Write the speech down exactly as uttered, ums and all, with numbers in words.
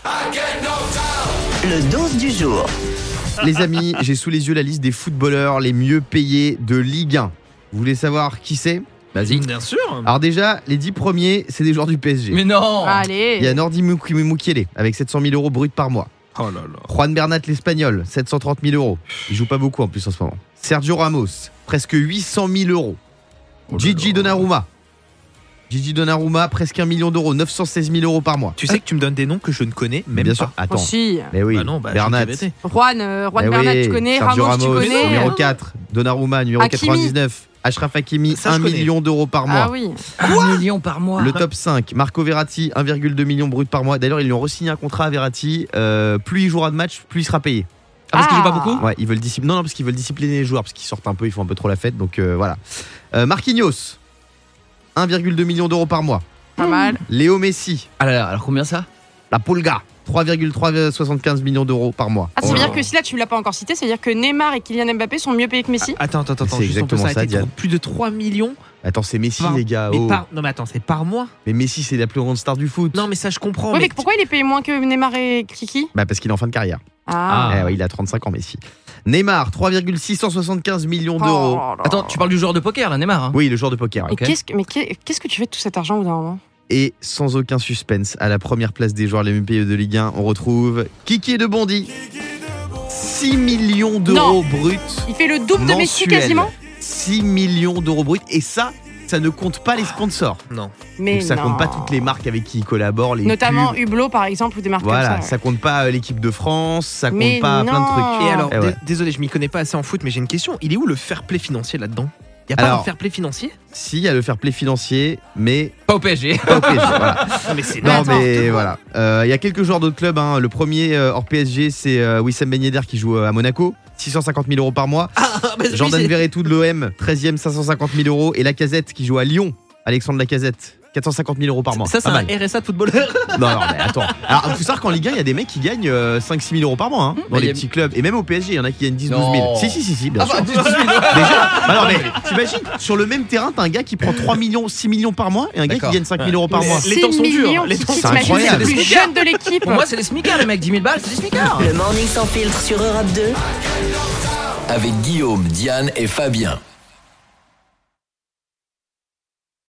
Le dose du jour. Les amis, j'ai sous les yeux la liste des footballeurs les mieux payés de Ligue un. Vous voulez savoir qui c'est ? Vas-y. Bien sûr. Alors déjà, les dix premiers, c'est des joueurs du P S G. Mais non. Allez. Il y a Nordi Mukiele avec sept cent mille euros bruts par mois. Oh là là. Juan Bernat l'Espagnol, sept cent trente mille euros. Il joue pas beaucoup en plus en ce moment. Sergio Ramos, presque huit cent mille euros. Oh là Gigi là. Donnarumma. Gigi Donnarumma, presque un million d'euros, neuf cent seize mille euros par mois. Tu sais que tu me donnes des noms que je ne connais même Bien pas. sûr. Attends. Aussi. Mais oui, Bah non, bah, Bernat. j'ai T B T. Juan, euh, Juan Eh Bernat, oui, tu connais. Sergio Ramos, tu Ramos, connais. numéro quatre. Donnarumma, numéro Hakimi. quatre-vingt-dix-neuf. Achraf Hakimi, Ça, je un connais. million d'euros par mois. Ah oui. Un million par mois. Le top cinq, Marco Verratti, un virgule deux million brut par mois. D'ailleurs, ils lui ont re-signé un contrat à Verratti. Euh, plus il jouera de match, plus il sera payé. Ah, parce qu'il joue pas Ah. beaucoup. Ouais, ils veulent discipliner. Non, non, parce qu'ils veulent discipliner les joueurs, parce qu'ils sortent un peu, ils font un peu trop la fête. Donc euh, voilà. Euh, Marquinhos, un virgule deux million d'euros par mois. Pas mal. Léo Messi, Ah là là, alors combien ça? la Pulga, trois virgule trois soixante-quinze millions d'euros par mois. Ah, ça Oh veut là dire là. que si là tu l'as pas encore cité, ça veut dire que Neymar et Kylian Mbappé sont mieux payés que Messi. Attends, attends, attends, C'est juste on peut exactement ça, s'arrêter. Diane. Trop- Plus de trois millions Attends, c'est Messi, par... les gars. mais oh. par... Non mais attends, c'est par mois. Mais Messi, c'est la plus grande star du foot. Non mais ça je comprends. Ouais, mais mais pourquoi il est payé moins que Neymar et Kiki? Bah, parce qu'il est en fin de carrière. Ah. Eh ouais, il a trente-cinq ans, Messi. Neymar, trois virgule six cent soixante-quinze millions d'euros. Oh là là. Attends, tu parles du joueur de poker là, Neymar hein? Oui, le joueur de poker. Et ouais. Ok. qu'est-ce que, mais qu'est- qu'est-ce que tu fais de tout cet argent au bout d'un moment? Et sans aucun suspense, à la première place des joueurs les mieux payés de Ligue un, on retrouve Kiki de Bondy. six millions d'euros bruts. Il fait le double de Messi mensuels. quasiment. six millions d'euros bruts. Et ça, ça ne compte pas les sponsors. Non. Mais Donc ça non. compte pas toutes les marques avec qui il collabore. Les Notamment pubs. Hublot par exemple ou des marques Voilà, comme ça. ça compte pas euh, l'équipe de France, ça compte Mais pas plein de non. trucs. Et alors, Eh ouais. dé- désolé, je m'y connais pas assez en foot, mais j'ai une question. Il est où le fair play financier là-dedans? Il y a pas Alors- un fair play financier? Si, il y a le fair play financier, mais Pas au P S G. pas au P S G. Voilà. Non mais c'est Non, attends, mais voilà. Euh, Il y a quelques joueurs d'autres clubs. hein. Le premier euh, hors P S G, c'est euh, Wissam Ben Yedder qui joue euh, à Monaco. six cent cinquante mille euros par mois. Jordan Verretou de l'O M, treizième, cinq cent cinquante mille euros. Et Lacazette qui joue à Lyon, Alexandre Lacazette, quatre cent cinquante mille euros par mois. Ça, c'est Pas un mal. R S A de footballeur. Non, non, mais attends. Alors, il faut savoir qu'en Ligue un, il y a des mecs qui gagnent euh, cinq six mille euros par mois hein, dans Bah, les y a- petits clubs. Et même au P S G, il y en a qui gagnent dix douze Non. mille. Si, si, si, si, bien Ah sûr. bah, douze mille. Déjà, bah non, mais t'imagines, sur le même terrain, t'as un gars qui prend trois millions, six millions par mois et un gars qui D'accord. gagne cinq mille euros par Mais mois. les temps sont six durs, millions, les temps Kiki, sont t'imagines, incroyables. c'est le plus jeune de l'équipe. Pour moi, c'est des smicards, les mecs. dix mille balles, c'est des smicards. Le Morning Sans Filtre sur Europe deux. Avec Guillaume, Diane et Fabien.